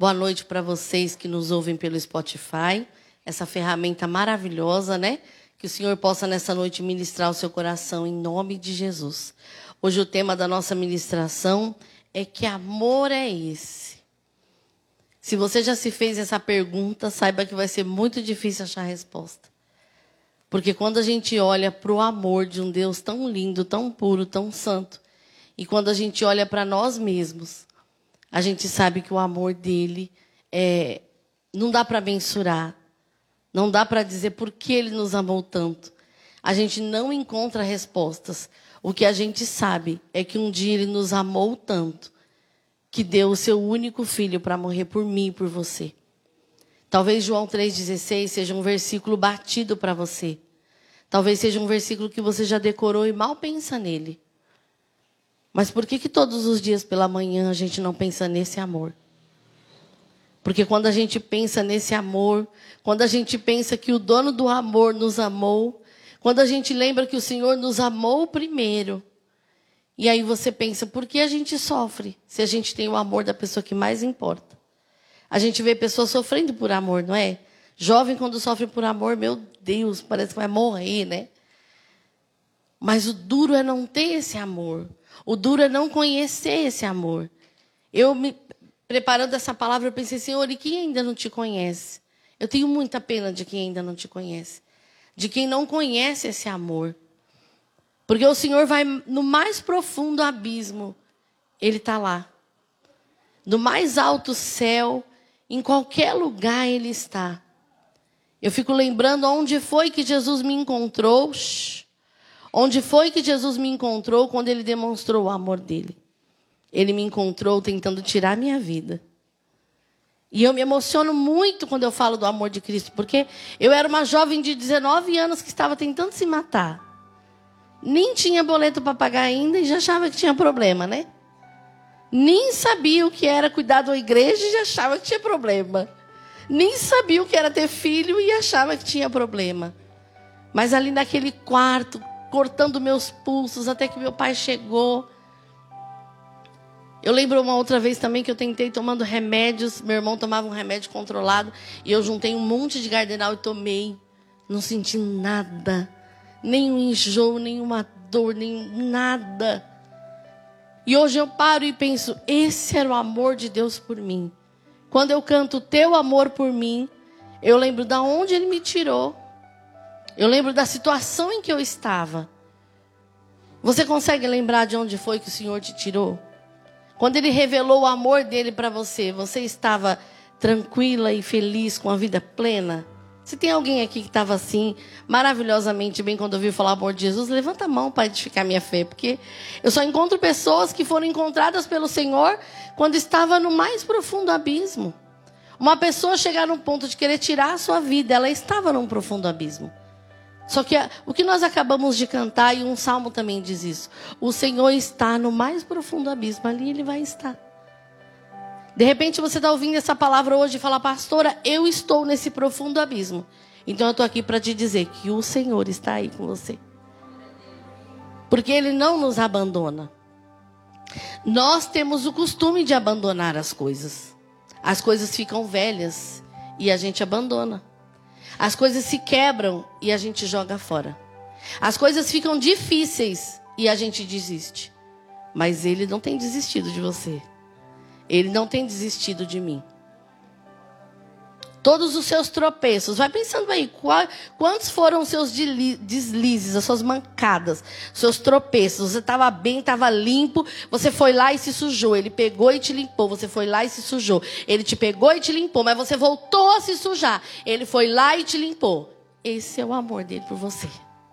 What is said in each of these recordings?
Boa noite para vocês que nos ouvem pelo Spotify. Essa ferramenta maravilhosa, né? Que o Senhor possa nessa noite ministrar o seu coração em nome de Jesus. Hoje o tema da nossa ministração é: que amor é esse? Se você já se fez essa pergunta, saiba que vai ser muito difícil achar a resposta. Porque quando a gente olha para o amor de um Deus tão lindo, tão puro, tão santo, e quando a gente olha para nós mesmos, a gente sabe que o amor dele não dá para mensurar. Não dá para dizer por que ele nos amou tanto. A gente não encontra respostas. O que a gente sabe é que um dia ele nos amou tanto que deu o seu único filho para morrer por mim e por você. Talvez João 3,16 seja um versículo batido para você. Talvez seja um versículo que você já decorou e mal pensa nele. Mas por que todos os dias pela manhã a gente não pensa nesse amor? Porque quando a gente pensa nesse amor, quando a gente pensa que o dono do amor nos amou, quando a gente lembra que o Senhor nos amou primeiro, e aí você pensa, por que a gente sofre se a gente tem o amor da pessoa que mais importa? A gente vê pessoas sofrendo por amor, não é? Jovem, quando sofre por amor, meu Deus, parece que vai morrer, né? Mas o duro é não ter esse amor. O duro é não conhecer esse amor. Eu me preparando essa palavra, eu pensei, Senhor, e quem ainda não te conhece? Eu tenho muita pena de quem ainda não te conhece. De quem não conhece esse amor. Porque o Senhor vai no mais profundo abismo. Ele está lá. No mais alto céu, em qualquer lugar ele está. Eu fico lembrando onde foi que Jesus me encontrou. Onde foi que Jesus me encontrou quando ele demonstrou o amor dele? Ele me encontrou tentando tirar a minha vida. E eu me emociono muito quando eu falo do amor de Cristo, porque eu era uma jovem de 19 anos que estava tentando se matar. Nem tinha boleto para pagar ainda e já achava que tinha problema, né? Nem sabia o que era cuidar da igreja e já achava que tinha problema. Nem sabia o que era ter filho e achava que tinha problema. Mas ali naquele quarto, cortando meus pulsos, até que meu pai chegou. Eu lembro uma outra vez também que eu tentei tomando remédios. Meu irmão tomava um remédio controlado. E eu juntei um monte de Gardenal e tomei. Não senti nada. Nem um enjoo, nenhuma dor, nem nada. E hoje eu paro e penso, esse era o amor de Deus por mim. Quando eu canto teu amor por mim, eu lembro de onde ele me tirou. Eu lembro da situação em que eu estava. Você consegue lembrar de onde foi que o Senhor te tirou? Quando ele revelou o amor dele para você, você estava tranquila e feliz, com a vida plena? Se tem alguém aqui que estava assim, maravilhosamente bem, quando ouviu falar o amor de Jesus, levanta a mão para edificar minha fé. Porque eu só encontro pessoas que foram encontradas pelo Senhor quando estava no mais profundo abismo. Uma pessoa chegar num ponto de querer tirar a sua vida, ela estava num profundo abismo. Só que o que nós acabamos de cantar, e um salmo também diz isso. O Senhor está no mais profundo abismo, ali ele vai estar. De repente você está ouvindo essa palavra hoje e fala, pastora, eu estou nesse profundo abismo. Então eu estou aqui para te dizer que o Senhor está aí com você. Porque ele não nos abandona. Nós temos o costume de abandonar as coisas. As coisas ficam velhas e a gente abandona. As coisas se quebram e a gente joga fora. As coisas ficam difíceis e a gente desiste. Mas ele não tem desistido de você. Ele não tem desistido de mim. Todos os seus tropeços. Vai pensando aí. Quantos foram os seus deslizes, as suas mancadas, seus tropeços? Você estava bem, estava limpo. Você foi lá e se sujou. Ele pegou e te limpou. Você foi lá e se sujou. Ele te pegou e te limpou. Mas você voltou a se sujar. Ele foi lá e te limpou. Esse é o amor dele por você.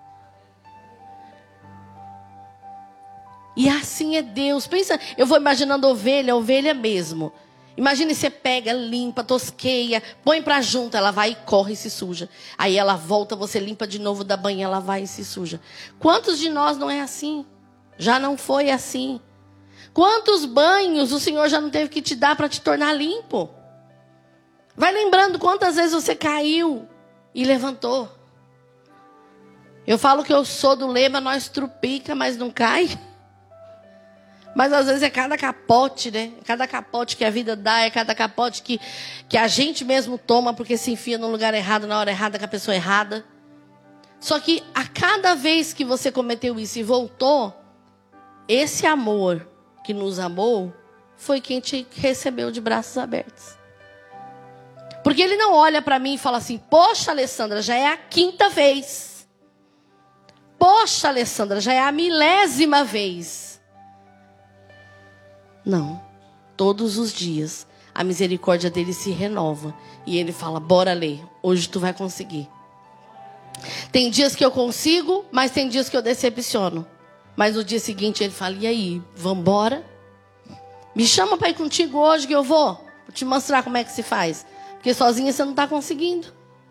E assim é Deus. Pensa, eu vou imaginando ovelha mesmo. Imagine, você pega, limpa, tosqueia, põe pra junto, ela vai e corre e se suja. Aí ela volta, você limpa de novo, dá banho, ela vai e se suja. Quantos de nós não é assim? Já não foi assim? Quantos banhos o Senhor já não teve que te dar para te tornar limpo? Vai lembrando quantas vezes você caiu e levantou. Eu falo que eu sou do lema, nós trupica, mas não cai. Mas às vezes é cada capote, né? Cada capote que a vida dá, é cada capote que a gente mesmo toma porque se enfia no lugar errado, na hora errada, com a pessoa errada. Só que a cada vez que você cometeu isso e voltou, esse amor que nos amou foi quem te recebeu de braços abertos. Porque ele não olha para mim e fala assim: poxa, Alessandra, já é a 5ª vez. Poxa, Alessandra, já é a 1000ª vez. Não. Todos os dias a misericórdia dele se renova. E ele fala: bora ler, hoje tu vai conseguir. Tem dias que eu consigo, mas tem dias que eu decepciono. Mas no dia seguinte ele fala: e aí, vambora? Me chama para ir contigo hoje que eu vou te mostrar como é que se faz. Porque sozinha você não está conseguindo.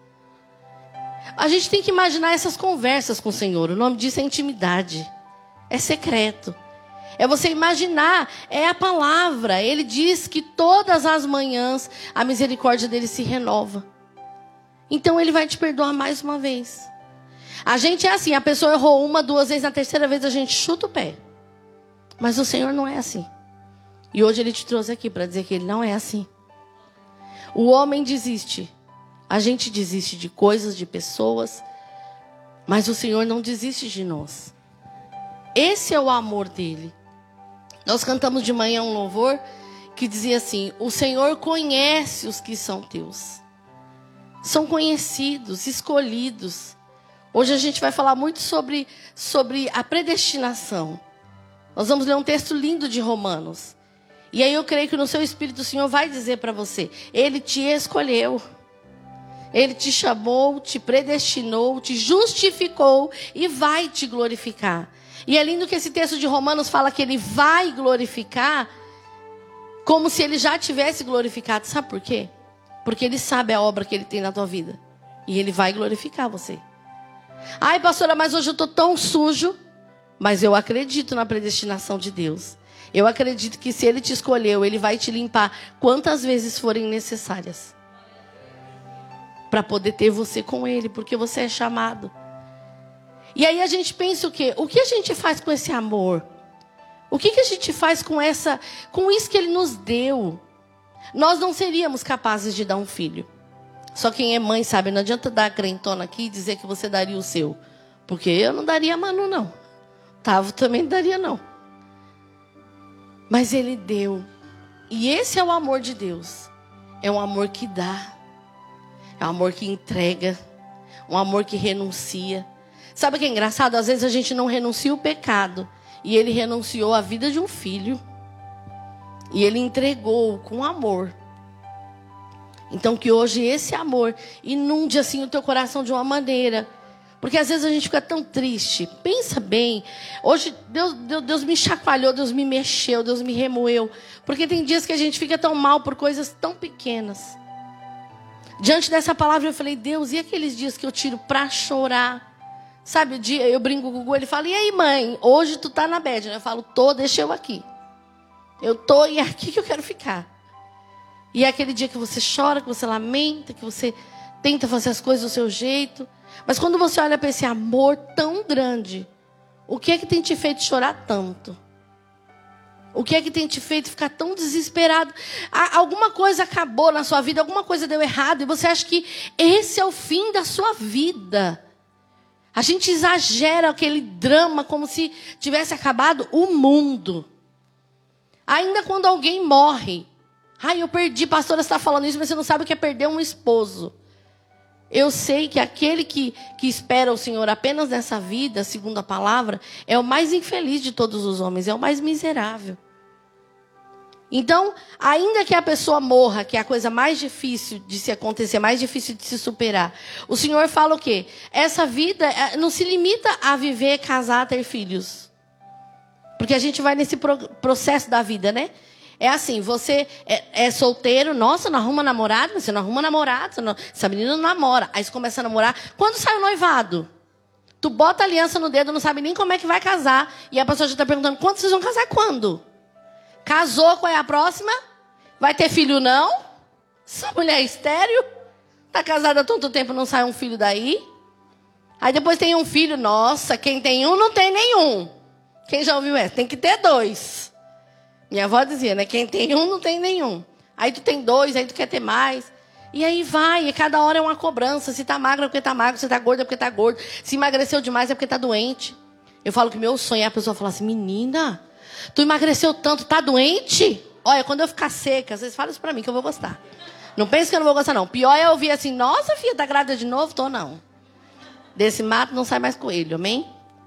A gente tem que imaginar essas conversas com o Senhor. O nome disso é intimidade. É secreto. É você imaginar, é a palavra. Ele diz que todas as manhãs a misericórdia dele se renova. Então ele vai te perdoar mais uma vez. A gente é assim, a pessoa errou 1, 2 vezes, na 3ª vez a gente chuta o pé. Mas o Senhor não é assim. E hoje ele te trouxe aqui para dizer que ele não é assim. O homem desiste. A gente desiste de coisas, de pessoas. Mas o Senhor não desiste de nós. Esse é o amor dele. Nós cantamos de manhã um louvor que dizia assim: o Senhor conhece os que são teus. São conhecidos, escolhidos. Hoje a gente vai falar muito sobre a predestinação. Nós vamos ler um texto lindo de Romanos. E aí eu creio que no seu espírito o Senhor vai dizer para você: ele te escolheu. Ele te chamou, te predestinou, te justificou e vai te glorificar. E é lindo que esse texto de Romanos fala que ele vai glorificar como se ele já tivesse glorificado. Sabe por quê? Porque ele sabe a obra que ele tem na tua vida. E ele vai glorificar você. Ai, pastora, mas hoje eu estou tão sujo. Mas eu acredito na predestinação de Deus. Eu acredito que se ele te escolheu, ele vai te limpar quantas vezes forem necessárias. Para poder ter você com ele, porque você é chamado. E aí a gente pensa o quê? O que a gente faz com esse amor? O que a gente faz com isso que ele nos deu? Nós não seríamos capazes de dar um filho. Só quem é mãe sabe, não adianta dar a crentona aqui e dizer que você daria o seu. Porque eu não daria a Manu, não. Tavo também não daria, não. Mas ele deu. E esse é o amor de Deus. É um amor que dá. É um amor que entrega. Um amor que renuncia. Sabe o que é engraçado? Às vezes a gente não renuncia o pecado. E ele renunciou a vida de um filho. E ele entregou com amor. Então que hoje esse amor inunde assim o teu coração de uma maneira. Porque às vezes a gente fica tão triste. Pensa bem. Hoje Deus me chacoalhou, Deus me mexeu, Deus me remoeu. Porque tem dias que a gente fica tão mal por coisas tão pequenas. Diante dessa palavra eu falei: Deus, e aqueles dias que eu tiro pra chorar? Sabe, o dia eu brinco com o Gugu, ele fala: e aí, mãe, hoje tu tá na bad, né? Eu falo: tô, deixa eu aqui. Eu tô e é aqui que eu quero ficar. E é aquele dia que você chora, que você lamenta, que você tenta fazer as coisas do seu jeito. Mas quando você olha para esse amor tão grande, o que é que tem te feito chorar tanto? O que é que tem te feito ficar tão desesperado? Alguma coisa acabou na sua vida, alguma coisa deu errado, e você acha que esse é o fim da sua vida. A gente exagera aquele drama como se tivesse acabado o mundo. Ainda quando alguém morre. Ai, eu perdi, pastora, você está falando isso, mas você não sabe o que é perder um esposo. Eu sei que aquele que espera o Senhor apenas nessa vida, segundo a palavra, é o mais infeliz de todos os homens, é o mais miserável. Então, ainda que a pessoa morra, que é a coisa mais difícil de se acontecer, mais difícil de se superar, o Senhor fala o quê? Essa vida não se limita a viver, casar, ter filhos. Porque a gente vai nesse processo da vida, né? É assim, você é solteiro, nossa, não arruma namorado, você não arruma namorado, essa menina não namora. Aí você começa a namorar. Quando sai o noivado? Tu bota a aliança no dedo, não sabe nem como é que vai casar. E a pessoa já está perguntando: quando vocês vão casar? Quando? Casou, qual é a próxima? Vai ter filho, não? Essa mulher é estéril? Está casada há tanto tempo, não sai um filho daí? Aí depois tem um filho, nossa, quem tem um não tem nenhum. Quem já ouviu essa? Tem que ter 2. Minha avó dizia, né? Quem tem um, não tem nenhum. Aí tu tem dois, aí tu quer ter mais. E aí vai, e cada hora é uma cobrança. Se tá magra é porque tá magro, se tá gordo é porque tá gordo. Se emagreceu demais é porque tá doente. Eu falo que meu sonho é a pessoa falar assim, menina, tu emagreceu tanto, tá doente? Olha, quando eu ficar seca, vocês falam isso pra mim que eu vou gostar. Não pense que eu não vou gostar, não. Pior é ouvir assim, nossa, filha, tá grávida de novo? Tô, não. Desse mato não sai mais coelho, amém?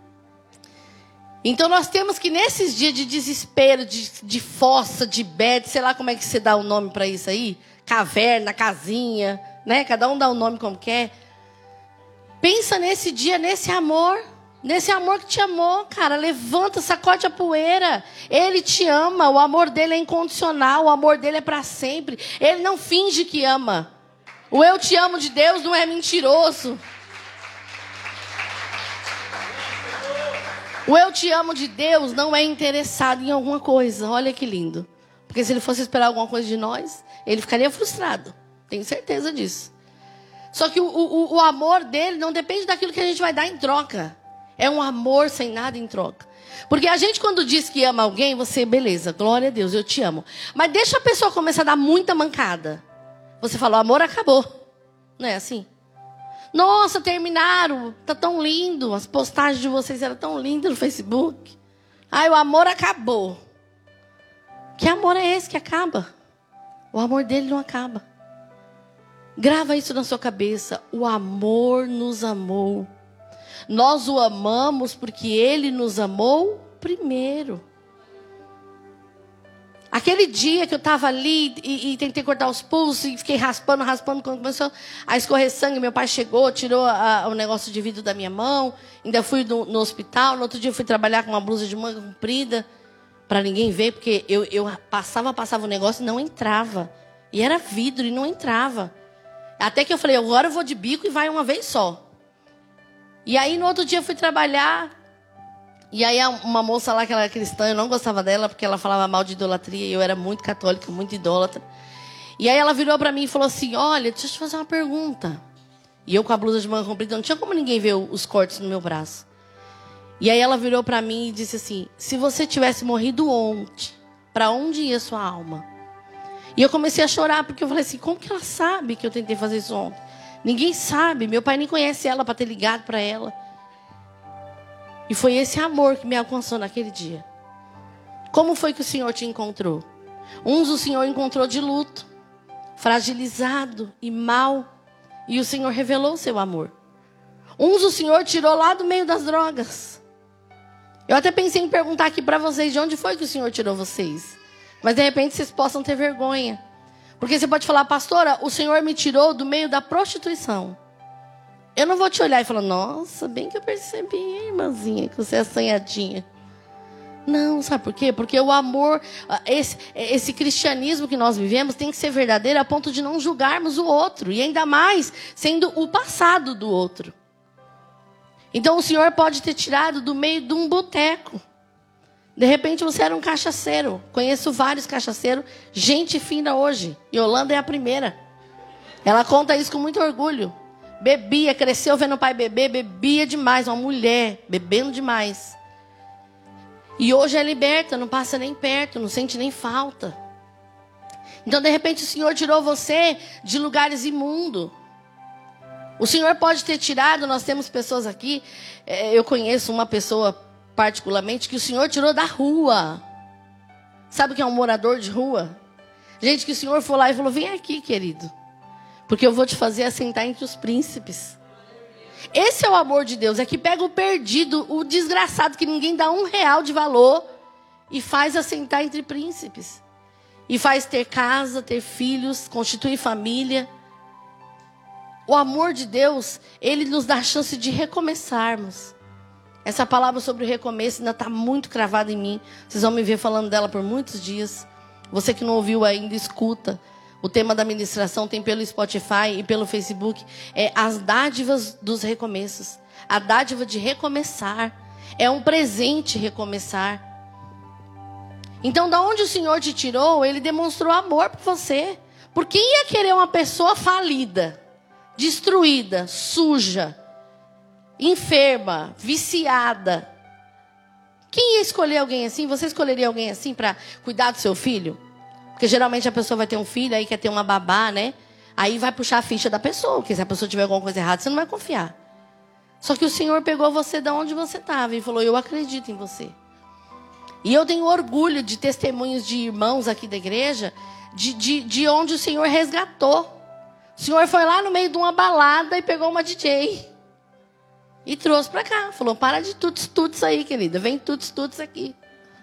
Então nós temos que nesses dias de desespero, de fossa, de bed, sei lá como é que você dá o nome para isso aí, caverna, casinha, né? Cada um dá o nome como quer. Pensa nesse dia, nesse amor que te amou, cara. Levanta, sacode a poeira. Ele te ama, o amor dele é incondicional, o amor dele é para sempre. Ele não finge que ama. O eu te amo de Deus não é mentiroso. O eu te amo de Deus não é interessado em alguma coisa. Olha que lindo. Porque se ele fosse esperar alguma coisa de nós, ele ficaria frustrado. Tenho certeza disso. Só que o amor dele não depende daquilo que a gente vai dar em troca. É um amor sem nada em troca. Porque a gente quando diz que ama alguém, você, beleza, glória a Deus, eu te amo. Mas deixa a pessoa começar a dar muita mancada. Você fala, o amor acabou. Não é assim? Nossa, terminaram. Tá tão lindo. As postagens de vocês eram tão lindas no Facebook. Ai, o amor acabou. Que amor é esse que acaba? O amor dele não acaba. Grava isso na sua cabeça. O amor nos amou. Nós o amamos porque ele nos amou primeiro. Aquele dia que eu estava ali e tentei cortar os pulsos e fiquei raspando, quando começou a escorrer sangue, meu pai chegou, tirou o negócio de vidro da minha mão, ainda fui no hospital, no outro dia eu fui trabalhar com uma blusa de manga comprida, para ninguém ver, porque eu passava o negócio e não entrava. E era vidro e não entrava. Até que eu falei, agora eu vou de bico e vai uma vez só. E aí no outro dia eu fui trabalhar. E aí uma moça lá que era cristã, eu não gostava dela porque ela falava mal de idolatria. E eu era muito católica, muito idólatra. E aí ela virou para mim e falou assim, olha, deixa eu te fazer uma pergunta. E eu com a blusa de manga comprida, não tinha como ninguém ver os cortes no meu braço. E aí ela virou para mim e disse assim, se você tivesse morrido ontem, para onde ia sua alma? E eu comecei a chorar porque eu falei assim, como que ela sabe que eu tentei fazer isso ontem? Ninguém sabe, meu pai nem conhece ela para ter ligado para ela. E foi esse amor que me alcançou naquele dia. Como foi que o Senhor te encontrou? Uns o Senhor encontrou de luto, fragilizado e mal. E o Senhor revelou o seu amor. Uns o Senhor tirou lá do meio das drogas. Eu até pensei em perguntar aqui para vocês de onde foi que o Senhor tirou vocês. Mas de repente vocês possam ter vergonha. Porque você pode falar, pastora, o Senhor me tirou do meio da prostituição. Eu não vou te olhar e falar, nossa, bem que eu percebi, irmãzinha, que você é assanhadinha. Não, sabe por quê? Porque o amor, esse cristianismo que nós vivemos tem que ser verdadeiro a ponto de não julgarmos o outro. E ainda mais sendo o passado do outro. Então o Senhor pode ter tirado do meio de um boteco. De repente você era um cachaceiro. Conheço vários cachaceiros. Gente fina hoje. Yolanda é a primeira. Ela conta isso com muito orgulho. Bebia, cresceu vendo o pai beber, bebia demais. Uma mulher, bebendo demais. E hoje é liberta, não passa nem perto, não sente nem falta. Então, de repente, o Senhor tirou você de lugares imundos. O Senhor pode ter tirado, nós temos pessoas aqui, eu conheço uma pessoa particularmente, que o Senhor tirou da rua. Sabe o que é um morador de rua? Gente que o Senhor foi lá e falou, vem aqui, querido. Porque eu vou te fazer assentar entre os príncipes. Esse é o amor de Deus. É que pega o perdido, o desgraçado, que ninguém dá R$1 de valor, e faz assentar entre príncipes. E faz ter casa, ter filhos, constituir família. O amor de Deus, ele nos dá a chance de recomeçarmos. Essa palavra sobre o recomeço ainda está muito cravada em mim. Vocês vão me ver falando dela por muitos dias. Você que não ouviu ainda, escuta. O tema da ministração tem pelo Spotify e pelo Facebook. É as dádivas dos recomeços. A dádiva de recomeçar. É um presente recomeçar. Então, da onde o Senhor te tirou, Ele demonstrou amor por você. Por quem ia querer uma pessoa falida, destruída, suja, enferma, viciada, Quem ia escolher alguém assim? Você escolheria alguém assim para cuidar do seu filho? Porque geralmente a pessoa vai ter um filho, aí quer ter uma babá, né? Aí vai puxar a ficha da pessoa, porque se a pessoa tiver alguma coisa errada, você não vai confiar. Só que o Senhor pegou você de onde você estava e falou, eu acredito em você. E eu tenho orgulho de testemunhos de irmãos aqui da igreja, de onde o Senhor resgatou. O Senhor foi lá no meio de uma balada e pegou uma DJ. E trouxe para cá. Falou, para de tuts aí, querida. Vem tuts aqui.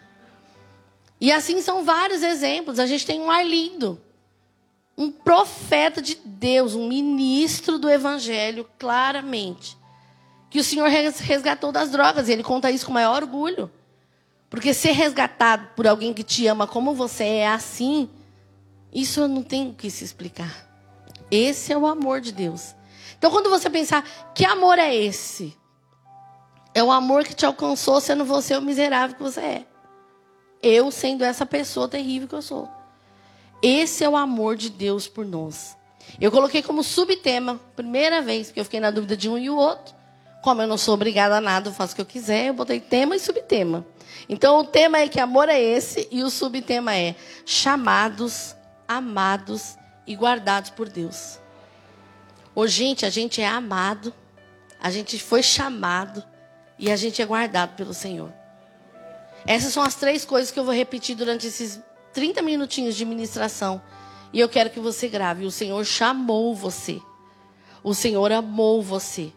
E assim são vários exemplos. A gente tem um Arlindo. Um profeta de Deus, um ministro do evangelho, claramente. Que o Senhor resgatou das drogas. E ele conta isso com o maior orgulho. Porque ser resgatado por alguém que te ama como você é assim, isso não tem o que se explicar. Esse é o amor de Deus. Então, quando você pensar, que amor é esse? É o amor que te alcançou sendo você o miserável que você é. Eu sendo essa pessoa terrível que eu sou. Esse é o amor de Deus por nós. Eu coloquei como subtema, primeira vez, porque eu fiquei na dúvida de um e o outro. Como eu não sou obrigada a nada, eu faço o que eu quiser, eu botei tema e subtema. Então, o tema é que amor é esse, e o subtema é chamados, amados e guardados por Deus. Ô, gente, a gente é amado, a gente foi chamado e a gente é guardado pelo Senhor. Essas são as 3 coisas que eu vou repetir durante esses 30 minutinhos de ministração. E eu quero que você grave. O Senhor chamou você. O Senhor amou você.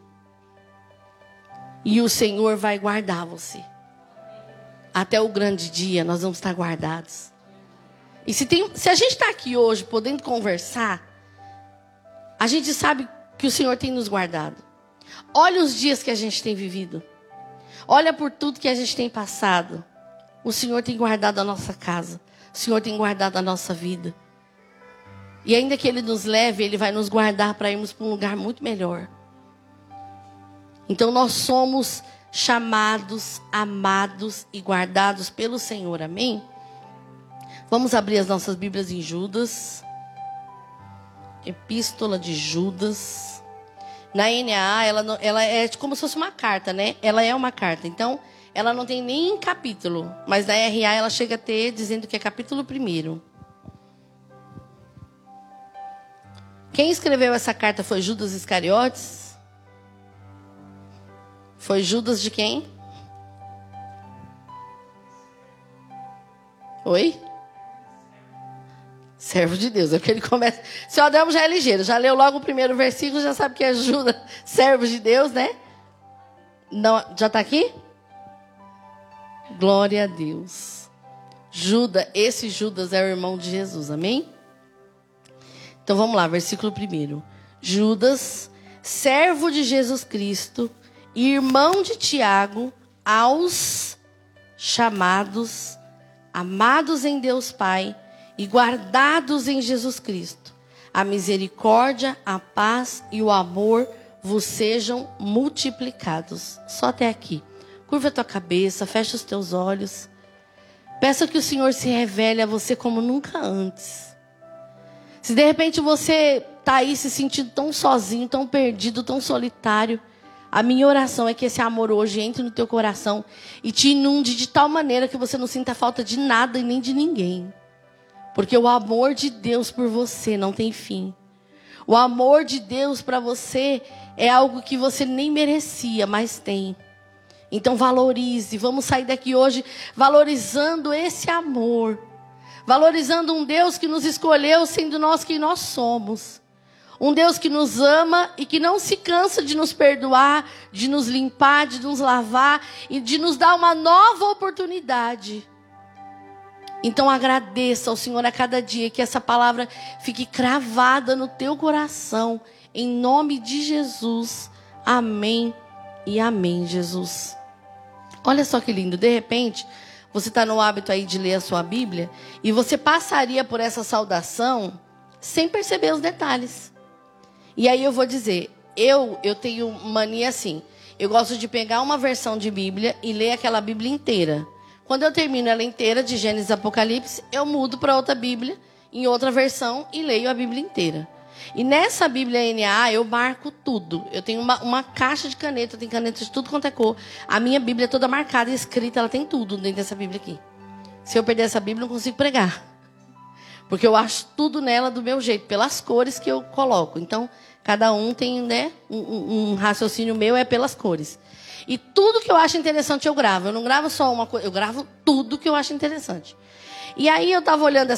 E o Senhor vai guardar você. Até o grande dia nós vamos estar guardados. E se a gente está aqui hoje podendo conversar, a gente sabe que o Senhor tem nos guardado. Olha os dias que a gente tem vivido. Olha por tudo que a gente tem passado. O Senhor tem guardado a nossa casa. O Senhor tem guardado a nossa vida. E ainda que Ele nos leve, Ele vai nos guardar para irmos para um lugar muito melhor. Então nós somos chamados, amados e guardados pelo Senhor. Amém? Vamos abrir as nossas Bíblias em Judas. Epístola de Judas. Na NAA, ela é como se fosse uma carta, né? Ela é uma carta. Então, ela não tem nem capítulo. Mas na RA ela chega a ter, dizendo que é capítulo 1. Quem escreveu essa carta foi Judas Iscariotes? Foi Judas de quem? Oi? Servo de Deus. É porque ele começa... Seu Adelmo já é ligeiro. Já leu logo o primeiro versículo, já sabe que é Judas, servo de Deus, né? Não, já está aqui? Glória a Deus. Esse Judas é o irmão de Jesus, amém? Então vamos lá, versículo 1. Judas, servo de Jesus Cristo, irmão de Tiago, aos chamados, amados em Deus Pai e guardados em Jesus Cristo. A misericórdia, a paz e o amor vos sejam multiplicados. Só até aqui. Curva a tua cabeça, fecha os teus olhos. Peça que o Senhor se revele a você como nunca antes. Se de repente você está aí se sentindo tão sozinho, tão perdido, tão solitário, a minha oração é que esse amor hoje entre no teu coração e te inunde de tal maneira que você não sinta falta de nada e nem de ninguém. Porque o amor de Deus por você não tem fim. O amor de Deus para você é algo que você nem merecia, mas tem. Então valorize, vamos sair daqui hoje valorizando esse amor. Valorizando um Deus que nos escolheu sendo nós quem nós somos. Um Deus que nos ama e que não se cansa de nos perdoar, de nos limpar, de nos lavar e de nos dar uma nova oportunidade. Então agradeça ao Senhor a cada dia, que essa palavra fique cravada no teu coração. Em nome de Jesus. Amém e amém, Jesus. Olha só que lindo, de repente, você está no hábito aí de ler a sua Bíblia e você passaria por essa saudação sem perceber os detalhes. E aí eu vou dizer, eu tenho mania assim, eu gosto de pegar uma versão de Bíblia e ler aquela Bíblia inteira. Quando eu termino ela inteira, de Gênesis e Apocalipse, eu mudo para outra Bíblia, em outra versão, e leio a Bíblia inteira. E nessa Bíblia NA eu marco tudo. Eu tenho uma caixa de caneta, eu tenho caneta de tudo quanto é cor. A minha Bíblia é toda marcada e escrita, ela tem tudo dentro dessa Bíblia aqui. Se eu perder essa Bíblia, eu não consigo pregar. Porque eu acho tudo nela do meu jeito, pelas cores que eu coloco. Então, cada um tem, né, um raciocínio meu é pelas cores. E tudo que eu acho interessante eu gravo. Eu não gravo só uma coisa, eu gravo tudo que eu acho interessante. E aí eu estava olhando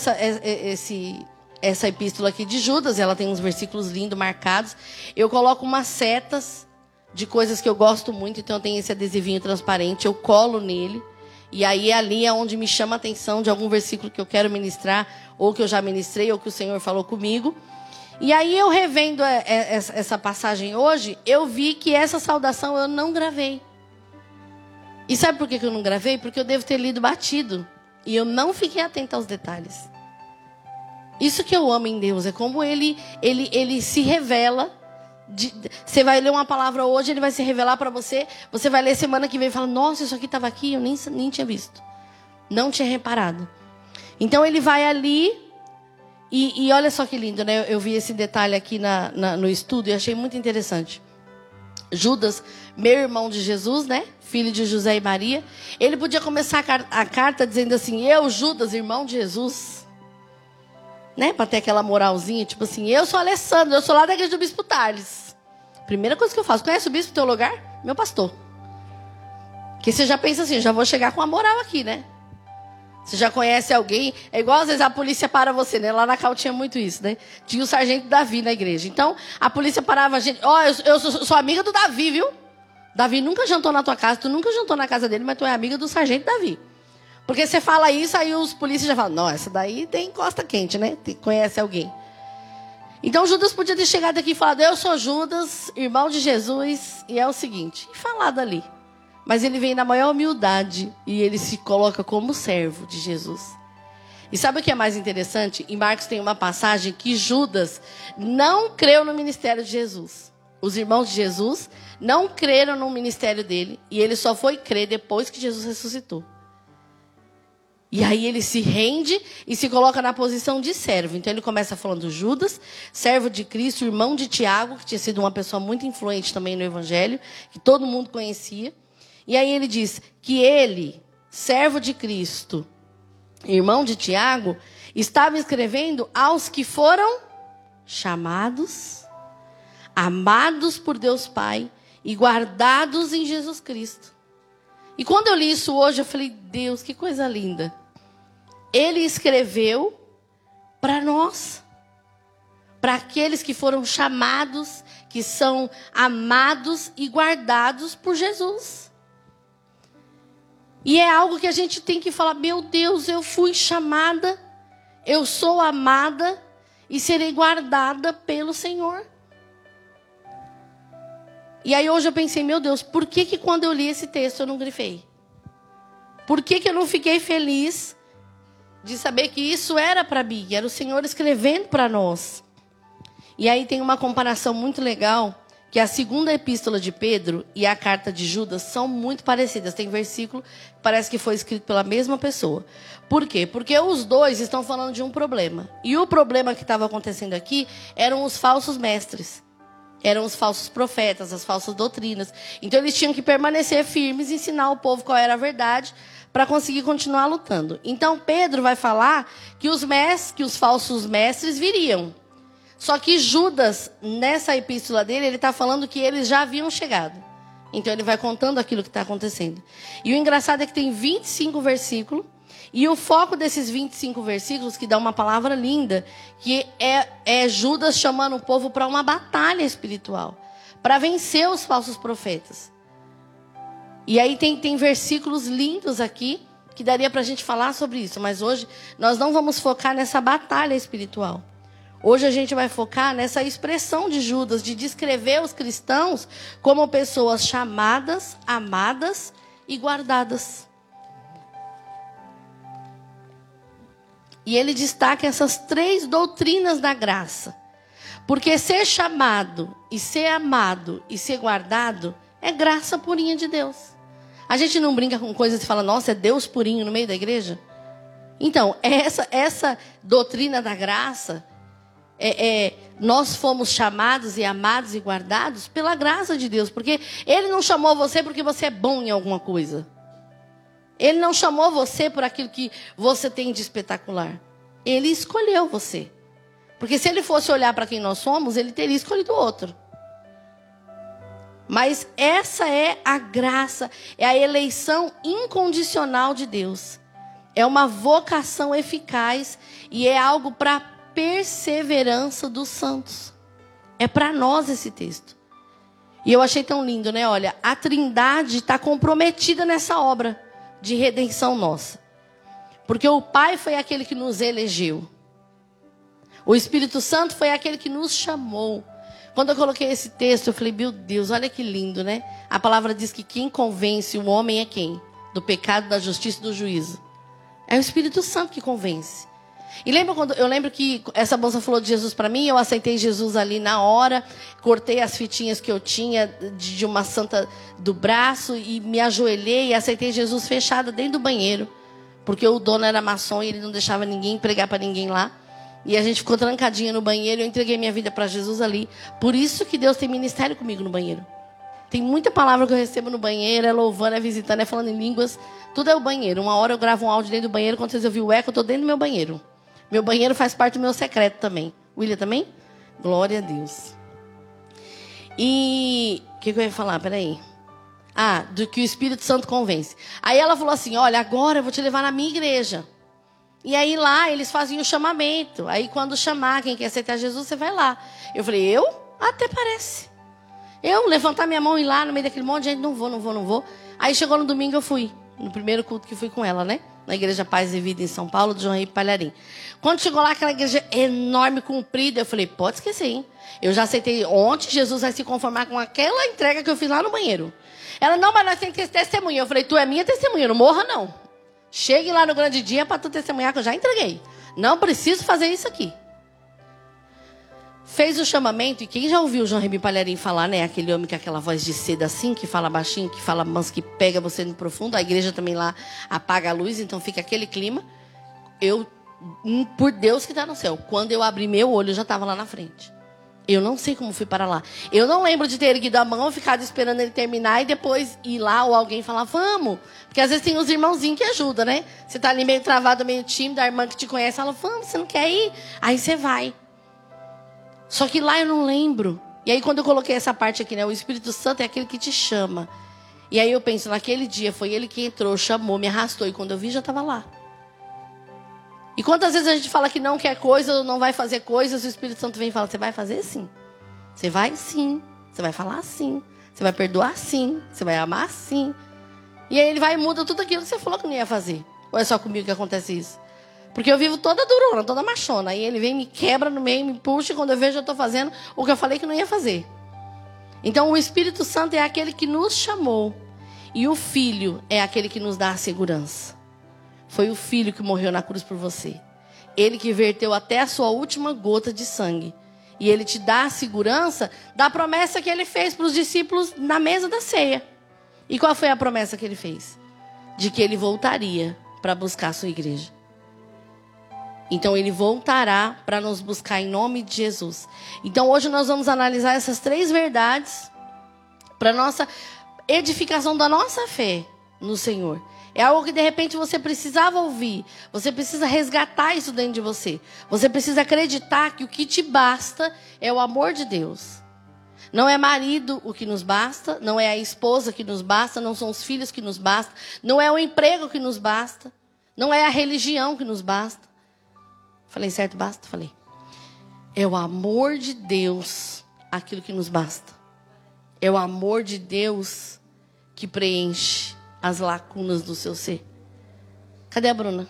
essa epístola aqui de Judas, ela tem uns versículos lindos marcados. Eu coloco umas setas de coisas que eu gosto muito, então eu tenho esse adesivinho transparente, eu colo nele. E aí ali é onde me chama a atenção de algum versículo que eu quero ministrar, ou que eu já ministrei, ou que o Senhor falou comigo. E aí eu revendo essa passagem hoje, eu vi que essa saudação eu não gravei. E sabe por que eu não gravei? Porque eu devo ter lido batido. E eu não fiquei atenta aos detalhes. Isso que eu amo em Deus, é como ele se revela. Você vai ler uma palavra hoje, ele vai se revelar para você. Você vai ler semana que vem e fala, nossa, isso aqui estava aqui, eu nem tinha visto. Não tinha reparado. Então ele vai ali, e olha só que lindo, né? Eu vi esse detalhe aqui no estudo e achei muito interessante. Judas, meu irmão de Jesus, né? Filho de José e Maria. Ele podia começar a carta dizendo assim, eu, Judas, irmão de Jesus. Né? Para ter aquela moralzinha, tipo assim, eu sou Alessandro, eu sou lá da igreja do Bispo Tarles. Primeira coisa que eu faço, conhece o bispo do teu lugar? Meu pastor. Porque você já pensa assim, já vou chegar com a moral aqui, né? Você já conhece alguém, é igual às vezes a polícia para você, né? Lá na Cal tinha muito isso, né? Tinha o sargento Davi na igreja. Então, a polícia parava a gente, eu sou amiga do Davi, viu? Davi nunca jantou na tua casa, tu nunca jantou na casa dele, mas tu é amiga do sargento Davi. Porque você fala isso, aí os polícias já falam, não, essa daí tem costa quente, né? Conhece alguém. Então Judas podia ter chegado aqui e falado, eu sou Judas, irmão de Jesus, e é o seguinte, e falado ali. Mas ele vem na maior humildade e ele se coloca como servo de Jesus. E sabe o que é mais interessante? Em Marcos tem uma passagem que Judas não creu no ministério de Jesus. Os irmãos de Jesus não creram no ministério dele e ele só foi crer depois que Jesus ressuscitou. E aí ele se rende e se coloca na posição de servo. Então ele começa falando Judas, servo de Cristo, irmão de Tiago, que tinha sido uma pessoa muito influente também no Evangelho, que todo mundo conhecia. E aí ele diz que ele, servo de Cristo, irmão de Tiago, estava escrevendo aos que foram chamados, amados por Deus Pai e guardados em Jesus Cristo. E quando eu li isso hoje, eu falei, Deus, que coisa linda. Ele escreveu para nós, para aqueles que foram chamados, que são amados e guardados por Jesus. E é algo que a gente tem que falar, meu Deus, eu fui chamada, eu sou amada e serei guardada pelo Senhor. E aí hoje eu pensei, meu Deus, por que quando eu li esse texto eu não grifei? Por que eu não fiquei feliz de saber que isso era para mim, era o Senhor escrevendo para nós? E aí tem uma comparação muito legal, que a segunda epístola de Pedro e a carta de Judas são muito parecidas. Tem versículo que parece que foi escrito pela mesma pessoa. Por quê? Porque os dois estão falando de um problema. E o problema que estava acontecendo aqui eram os falsos mestres. Eram os falsos profetas, as falsas doutrinas. Então eles tinham que permanecer firmes e ensinar ao povo qual era a verdade para conseguir continuar lutando. Então Pedro vai falar que os falsos mestres viriam. Só que Judas, nessa epístola dele, ele está falando que eles já haviam chegado. Então ele vai contando aquilo que está acontecendo. E o engraçado é que tem 25 versículos. E o foco desses 25 versículos, que dá uma palavra linda, que é Judas chamando o povo para uma batalha espiritual. Para vencer os falsos profetas. E aí tem versículos lindos aqui, que daria para a gente falar sobre isso. Mas hoje nós não vamos focar nessa batalha espiritual. Hoje a gente vai focar nessa expressão de Judas, de descrever os cristãos como pessoas chamadas, amadas e guardadas. E ele destaca essas 3 doutrinas da graça. Porque ser chamado, e ser amado, e ser guardado, é graça purinha de Deus. A gente não brinca com coisas e fala, nossa, é Deus purinho no meio da igreja? Então, essa doutrina da graça nós fomos chamados e amados e guardados pela graça de Deus. Porque Ele não chamou você porque você é bom em alguma coisa. Ele não chamou você por aquilo que você tem de espetacular. Ele escolheu você. Porque se Ele fosse olhar para quem nós somos, Ele teria escolhido outro. Mas essa é a graça, é a eleição incondicional de Deus. É uma vocação eficaz e é algo para perseverança dos santos. É para nós esse texto. E eu achei tão lindo, né? Olha, a Trindade está comprometida nessa obra de redenção nossa. Porque o Pai foi aquele que nos elegeu. O Espírito Santo foi aquele que nos chamou. Quando eu coloquei esse texto, eu falei, meu Deus, olha que lindo, né? A palavra diz que quem convence o homem é quem? Do pecado, da justiça e do juízo. É o Espírito Santo que convence. E eu lembro que essa moça falou de Jesus para mim, eu aceitei Jesus ali na hora, cortei as fitinhas que eu tinha de uma santa do braço e me ajoelhei e aceitei Jesus fechada dentro do banheiro. Porque o dono era maçom e ele não deixava ninguém pregar para ninguém lá. E a gente ficou trancadinha no banheiro e eu entreguei minha vida para Jesus ali. Por isso que Deus tem ministério comigo no banheiro. Tem muita palavra que eu recebo no banheiro, é louvando, é visitando, é falando em línguas. Tudo é o banheiro. Uma hora eu gravo um áudio dentro do banheiro, quando vocês ouvirem o eco, eu estou dentro do meu banheiro. Meu banheiro faz parte do meu secreto também. William também? Glória a Deus. E o que eu ia falar? Peraí. Do que o Espírito Santo convence. Aí ela falou assim, olha, agora eu vou te levar na minha igreja. E aí lá eles faziam o chamamento. Aí quando chamar quem quer aceitar Jesus, você vai lá. Eu falei, eu? Até parece. Eu levantar minha mão e ir lá no meio daquele monte de gente, não vou. Aí chegou no domingo, eu fui. No primeiro culto que fui com ela, né? Na Igreja Paz e Vida em São Paulo, do João Henrique Palharim. Quando chegou lá, aquela igreja enorme, comprida, eu falei, pode esquecer, hein? Eu já aceitei ontem, Jesus vai se conformar com aquela entrega que eu fiz lá no banheiro. Ela, não, mas nós temos que ter testemunha. Eu falei, tu é minha testemunha, não morra não. Chegue lá no grande dia para tu testemunhar que eu já entreguei. Não preciso fazer isso aqui. Fez o chamamento, e quem já ouviu o João Remy Palharim falar, né? Aquele homem com aquela voz de seda assim, que fala baixinho, que fala manso, que pega você no profundo. A igreja também lá apaga a luz, então fica aquele clima. Por Deus que está no céu. Quando eu abri meu olho, eu já estava lá na frente. Eu não sei como fui para lá. Eu não lembro de ter erguido a mão, ficado esperando ele terminar e depois ir lá ou alguém falar, vamos. Porque às vezes tem uns irmãozinhos que ajudam, né? Você tá ali meio travado, meio tímido, a irmã que te conhece, ela fala, vamos, você não quer ir? Aí você vai. Só que lá eu não lembro. E aí quando eu coloquei essa parte aqui, né? O Espírito Santo é aquele que te chama. E aí eu penso, naquele dia foi ele que entrou, chamou, me arrastou. E quando eu vi, já estava lá. E quantas vezes a gente fala que não quer coisa ou não vai fazer coisas, o Espírito Santo vem e fala, você vai fazer sim. Você vai sim. Você vai falar sim. Você vai perdoar sim. Você vai amar sim. E aí ele vai e muda tudo aquilo que você falou que não ia fazer. Ou é só comigo que acontece isso? Porque eu vivo toda durona, toda machona. Aí ele vem, me quebra no meio, me puxa e quando eu vejo eu estou fazendo o que eu falei que não ia fazer. Então o Espírito Santo é aquele que nos chamou. E o Filho é aquele que nos dá a segurança. Foi o Filho que morreu na cruz por você. Ele que verteu até a sua última gota de sangue. E ele te dá a segurança da promessa que ele fez para os discípulos na mesa da ceia. E qual foi a promessa que ele fez? De que ele voltaria para buscar a sua igreja. Então ele voltará para nos buscar em nome de Jesus. Então hoje nós vamos analisar essas 3 verdades para nossa edificação da nossa fé no Senhor. É algo que de repente você precisava ouvir. Você precisa resgatar isso dentro de você. Você precisa acreditar que o que te basta é o amor de Deus. Não é marido o que nos basta. Não é a esposa que nos basta. Não são os filhos que nos basta. Não é o emprego que nos basta. Não é a religião que nos basta. Falei certo? Basta? Falei. É o amor de Deus aquilo que nos basta. É o amor de Deus que preenche as lacunas do seu ser. Cadê a Bruna?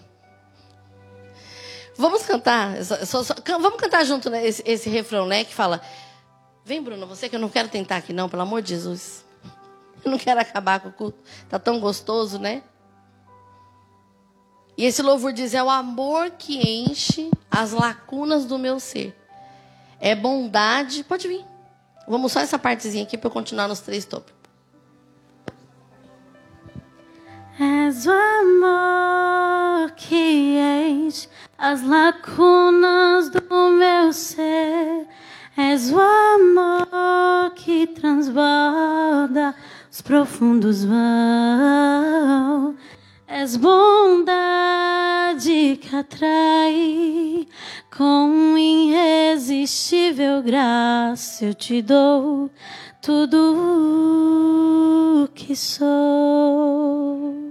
Vamos cantar. Vamos cantar junto, né, esse refrão, né? Que fala, vem Bruna, você que eu não quero tentar aqui não, pelo amor de Jesus. Eu não quero acabar com o culto. Tá tão gostoso, né? E esse louvor diz, é o amor que enche as lacunas do meu ser. É bondade. Pode vir. Vamos só essa partezinha aqui para eu continuar nos 3 tópicos. És o amor que enche as lacunas do meu ser. És o amor que transborda os profundos vão. És bondade que atrai com irresistível graça. Eu te dou tudo o que sou.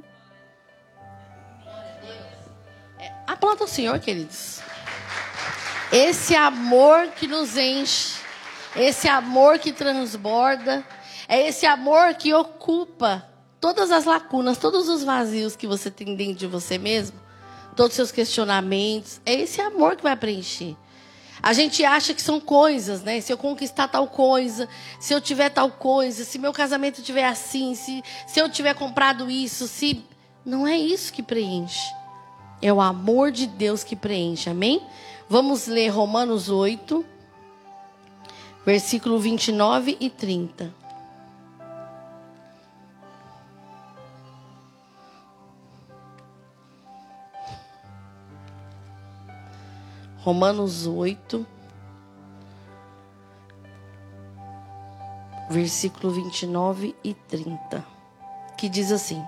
Aplauda o Senhor, queridos. Esse amor que nos enche, esse amor que transborda, é esse amor que ocupa todas as lacunas, todos os vazios que você tem dentro de você mesmo, todos os seus questionamentos. É esse amor que vai preencher. A gente acha que são coisas, né? Se eu conquistar tal coisa, se eu tiver tal coisa, se meu casamento estiver assim, se eu tiver comprado isso, se... Não é isso que preenche. É o amor de Deus que preenche, amém? Vamos ler Romanos 8, versículo 29 e 30. Romanos 8, versículo 29 e 30, que diz assim: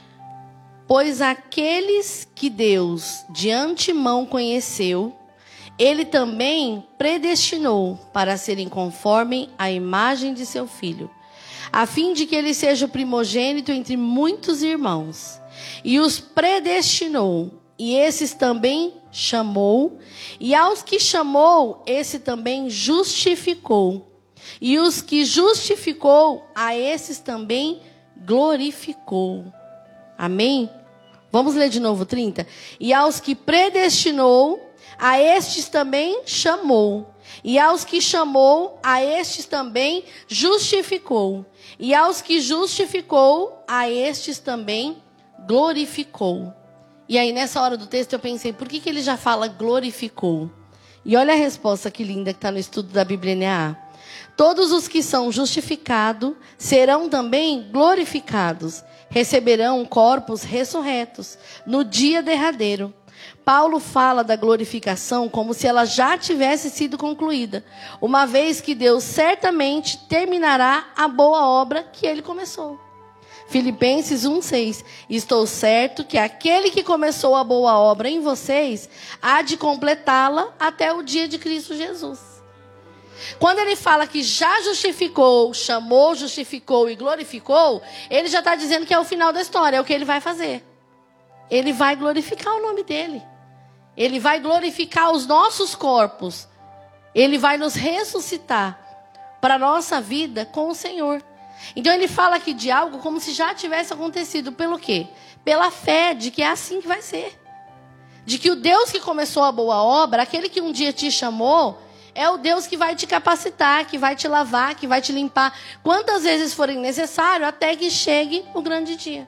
Pois aqueles que Deus de antemão conheceu, Ele também predestinou para serem conforme a imagem de seu Filho, a fim de que ele seja o primogênito entre muitos irmãos. E os predestinou, e esses também chamou, e aos que chamou, esse também justificou. E os que justificou, a esses também glorificou. Amém? Vamos ler de novo 30. E aos que predestinou, a estes também chamou. E aos que chamou, a estes também justificou. E aos que justificou, a estes também glorificou. E aí, nessa hora do texto, eu pensei, por que ele já fala glorificou? E olha a resposta que linda que está no estudo da Bíblia NAA. Todos os que são justificados serão também glorificados. Receberão corpos ressurretos no dia derradeiro. Paulo fala da glorificação como se ela já tivesse sido concluída, uma vez que Deus certamente terminará a boa obra que ele começou. Filipenses 1:6. Estou certo que aquele que começou a boa obra em vocês há de completá-la até o dia de Cristo Jesus. Quando ele fala que já justificou, chamou, justificou e glorificou, ele já está dizendo que é o final da história, é o que ele vai fazer. Ele vai glorificar o nome dele. Ele vai glorificar os nossos corpos. Ele vai nos ressuscitar para a nossa vida com o Senhor. Então ele fala aqui de algo como se já tivesse acontecido. Pelo quê? Pela fé de que é assim que vai ser. De que o Deus que começou a boa obra, aquele que um dia te chamou, é o Deus que vai te capacitar, que vai te lavar, que vai te limpar, quantas vezes forem necessário, até que chegue o grande dia.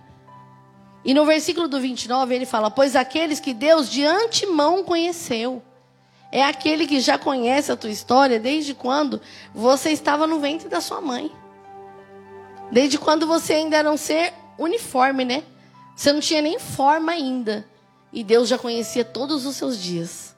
E no versículo do 29 ele fala, pois aqueles que Deus de antemão conheceu. É aquele que já conhece a tua história desde quando você estava no ventre da sua mãe. Desde quando você ainda era um ser uniforme, né? Você não tinha nem forma ainda. E Deus já conhecia todos os seus dias.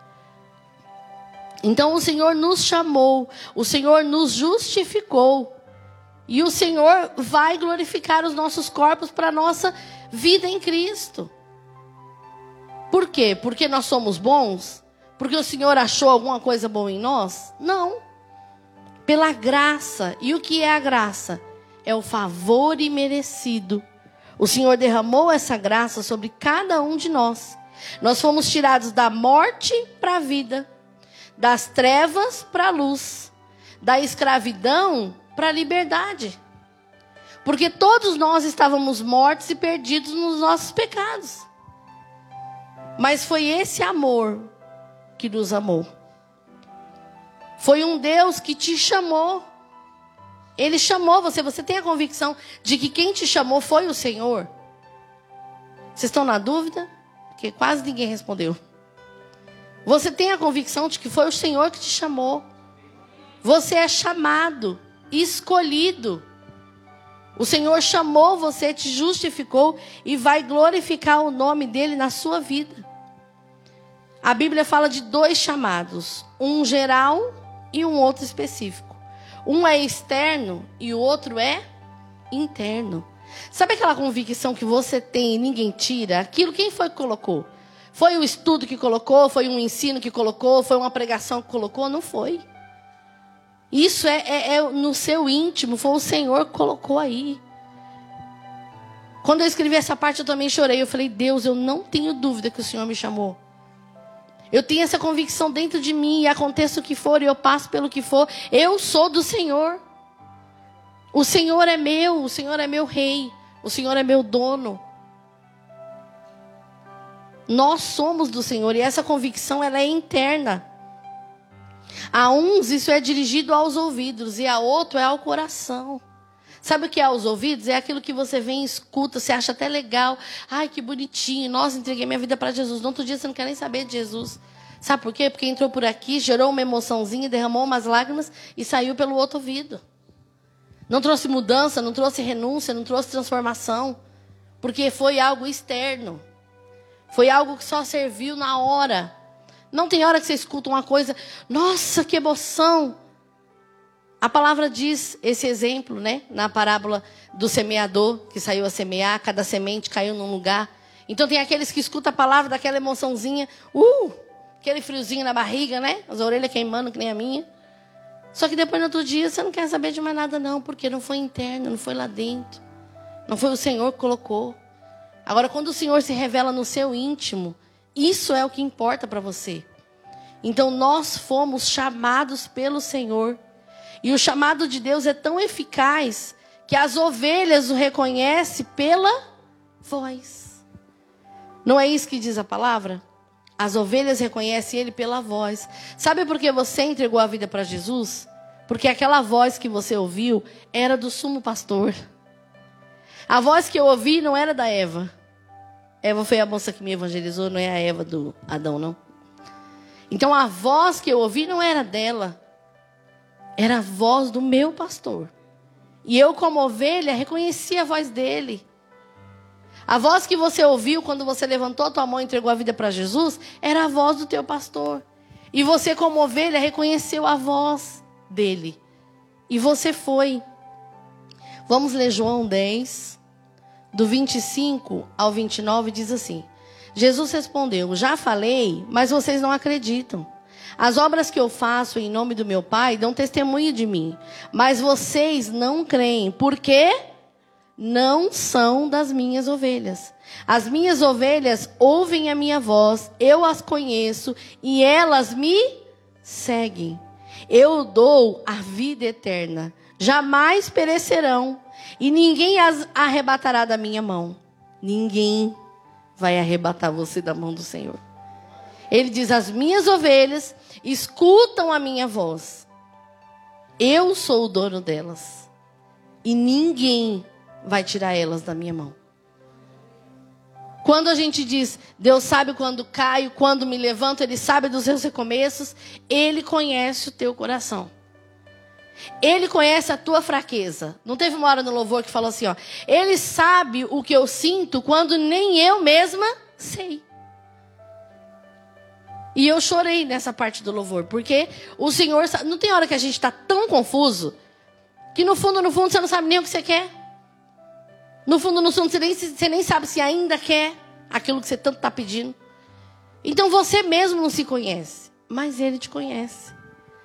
Então o Senhor nos chamou, o Senhor nos justificou. E o Senhor vai glorificar os nossos corpos para a nossa vida em Cristo. Por quê? Porque nós somos bons? Porque o Senhor achou alguma coisa boa em nós? Não. Pela graça. E o que é a graça? É o favor imerecido. O Senhor derramou essa graça sobre cada um de nós. Nós fomos tirados da morte para a vida, das trevas para a luz, da escravidão para a liberdade. Porque todos nós estávamos mortos e perdidos nos nossos pecados. Mas foi esse amor que nos amou. Foi um Deus que te chamou. Ele chamou você. Você tem a convicção de que quem te chamou foi o Senhor? Vocês estão na dúvida? Porque quase ninguém respondeu. Você tem a convicção de que foi o Senhor que te chamou? Você é chamado, escolhido. O Senhor chamou você, te justificou e vai glorificar o nome dele na sua vida. A Bíblia fala de 2 chamados. Um geral e um outro específico. Um é externo e o outro é interno. Sabe aquela convicção que você tem e ninguém tira? Aquilo, quem foi que colocou? Foi o estudo que colocou? Foi um ensino que colocou? Foi uma pregação que colocou? Não foi. Isso é no seu íntimo, foi o Senhor que colocou aí. Quando eu escrevi essa parte, eu também chorei. Eu falei, Deus, eu não tenho dúvida que o Senhor me chamou. Eu tenho essa convicção dentro de mim, e aconteça o que for, e eu passo pelo que for, eu sou do Senhor. O Senhor é meu rei, o Senhor é meu dono. Nós somos do Senhor, e essa convicção ela é interna. A uns isso é dirigido aos ouvidos, e a outro é ao coração. Sabe o que é aos ouvidos? É aquilo que você vem e escuta, você acha até legal. Ai, que bonitinho, nossa, entreguei minha vida para Jesus. No outro dia você não quer nem saber de Jesus. Sabe por quê? Porque entrou por aqui, gerou uma emoçãozinha, derramou umas lágrimas e saiu pelo outro ouvido. Não trouxe mudança, não trouxe renúncia, não trouxe transformação. Porque foi algo externo. Foi algo que só serviu na hora. Não tem hora que você escuta uma coisa, nossa, que emoção. A palavra diz esse exemplo, né? Na parábola do semeador, que saiu a semear, cada semente caiu num lugar. Então tem aqueles que escutam a palavra daquela emoçãozinha, aquele friozinho na barriga, né? As orelhas queimando, que nem a minha. Só que depois no outro dia você não quer saber de mais nada não, porque não foi interno, não foi lá dentro. Não foi o Senhor que colocou. Agora, quando o Senhor se revela no seu íntimo, isso é o que importa para você. Então nós fomos chamados pelo Senhor. E o chamado de Deus é tão eficaz que as ovelhas o reconhecem pela voz. Não é isso que diz a palavra? As ovelhas reconhecem ele pela voz. Sabe por que você entregou a vida para Jesus? Porque aquela voz que você ouviu era do sumo pastor. A voz que eu ouvi não era da Eva. Eva foi a moça que me evangelizou, não é a Eva do Adão, não. Então a voz que eu ouvi não era dela. Era a voz do meu pastor. E eu, como ovelha, reconheci a voz dele. A voz que você ouviu quando você levantou a tua mão e entregou a vida para Jesus, era a voz do teu pastor. E você, como ovelha, reconheceu a voz dele. E você foi. Vamos ler João 10, do 25 ao 29, diz assim. Jesus respondeu, já falei, mas vocês não acreditam. As obras que eu faço em nome do meu Pai dão testemunho de mim. Mas vocês não creem, porque não são das minhas ovelhas. As minhas ovelhas ouvem a minha voz, eu as conheço e elas me seguem. Eu dou a vida eterna, jamais perecerão e ninguém as arrebatará da minha mão. Ninguém vai arrebatar você da mão do Senhor. Ele diz, as minhas ovelhas escutam a minha voz. Eu sou o dono delas. E ninguém vai tirar elas da minha mão. Quando a gente diz, Deus sabe quando caio, quando me levanto, Ele sabe dos seus recomeços, Ele conhece o teu coração. Ele conhece a tua fraqueza. Não teve uma hora no louvor que falou assim, ó, Ele sabe o que eu sinto quando nem eu mesma sei. E eu chorei nessa parte do louvor, porque o Senhor... Não tem hora que a gente está tão confuso, que no fundo, você não sabe nem o que você quer. No fundo, você nem sabe se ainda quer aquilo que você tanto está pedindo. Então você mesmo não se conhece, mas Ele te conhece.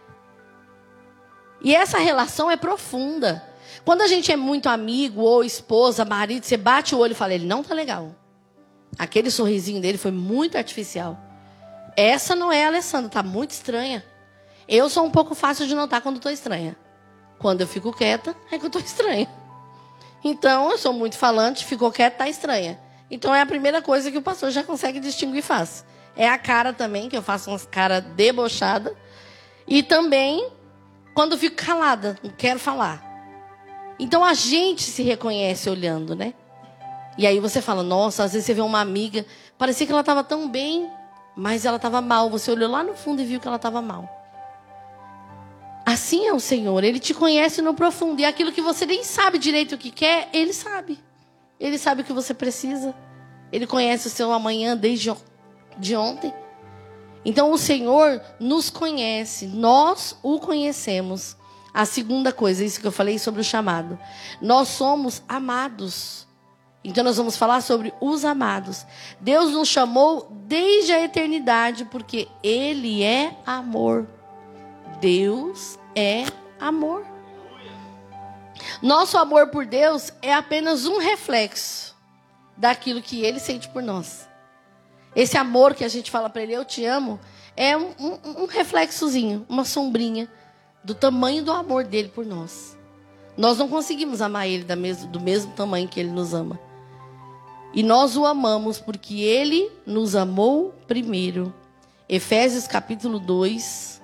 E essa relação é profunda. Quando a gente é muito amigo, ou esposa, marido, você bate o olho e fala, ele não tá legal. Aquele sorrisinho dele foi muito artificial. Essa não é a Alessandra, tá muito estranha. Eu sou um pouco fácil de notar quando estou estranha. Quando eu fico quieta, é que eu estou estranha. Então, eu sou muito falante, ficou quieta, tá estranha. Então, é a primeira coisa que o pastor já consegue distinguir fácil. É a cara também, que eu faço umas caras debochadas. E também, quando eu fico calada, não quero falar. Então, a gente se reconhece olhando, né? E aí você fala, nossa, às vezes você vê uma amiga, parecia que ela estava tão bem, mas ela estava mal. Você olhou lá no fundo e viu que ela estava mal. Assim é o Senhor. Ele te conhece no profundo. E aquilo que você nem sabe direito o que quer, Ele sabe. Ele sabe o que você precisa. Ele conhece o seu amanhã desde de ontem. Então o Senhor nos conhece, nós o conhecemos. A segunda coisa, isso que eu falei sobre o chamado. Nós somos amados. Então nós vamos falar sobre os amados. Deus nos chamou desde a eternidade, porque Ele é amor. Deus é amor. Nosso amor por Deus é apenas um reflexo daquilo que Ele sente por nós. Esse amor que a gente fala para Ele, eu te amo, é um reflexozinho, uma sombrinha do tamanho do amor dele por nós. Nós não conseguimos amar Ele do mesmo tamanho que Ele nos ama. E nós o amamos porque Ele nos amou primeiro. Efésios capítulo 2.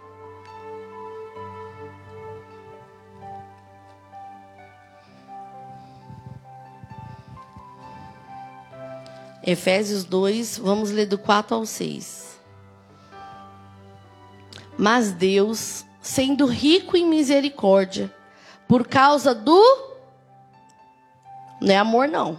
Efésios 2, vamos ler do 4 ao 6. Mas Deus, sendo rico em misericórdia, por causa do... Não é amor, não.